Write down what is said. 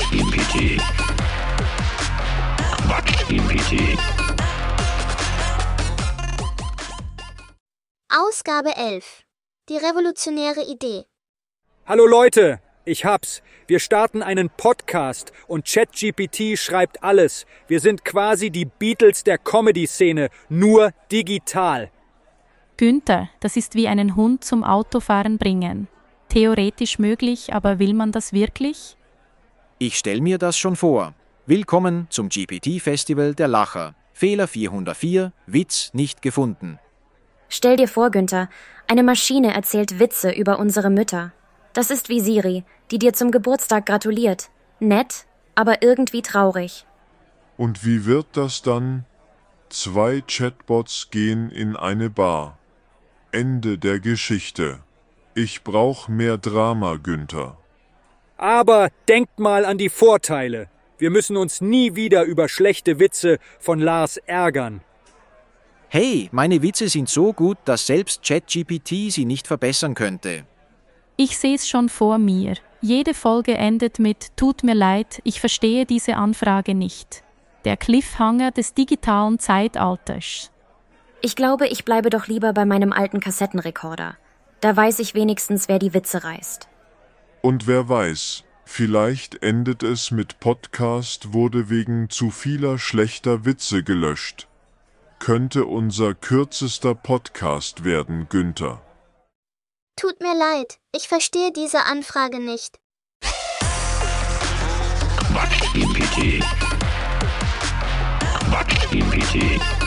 ChatGPT. ChatGPT. Ausgabe 11. Die revolutionäre Idee. Hallo Leute, ich hab's. Wir starten einen Podcast und ChatGPT schreibt alles. Wir sind quasi die Beatles der Comedy-Szene, nur digital. Günther, das ist wie einen Hund zum Autofahren bringen. Theoretisch möglich, aber will man das wirklich? Ich stelle mir das schon vor. Willkommen zum GPT-Festival der Lacher. Fehler 404, Witz nicht gefunden. Stell dir vor, Günther, eine Maschine erzählt Witze über unsere Mütter. Das ist wie Siri, die dir zum Geburtstag gratuliert. Nett, aber irgendwie traurig. Und wie wird das dann? 2 Chatbots gehen in eine Bar. Ende der Geschichte. Ich brauch mehr Drama, Günther. Aber denkt mal an die Vorteile. Wir müssen uns nie wieder über schlechte Witze von Lars ärgern. Hey, meine Witze sind so gut, dass selbst ChatGPT sie nicht verbessern könnte. Ich sehe es schon vor mir. Jede Folge endet mit „Tut mir leid, ich verstehe diese Anfrage nicht." Der Cliffhanger des digitalen Zeitalters. Ich glaube, ich bleibe doch lieber bei meinem alten Kassettenrekorder. Da weiß ich wenigstens, wer die Witze reißt. Und wer weiß, vielleicht endet es mit Podcast wurde wegen zu vieler schlechter Witze gelöscht. Könnte unser kürzester Podcast werden, Günther. Tut mir leid, ich verstehe diese Anfrage nicht. ChatGPT. ChatGPT.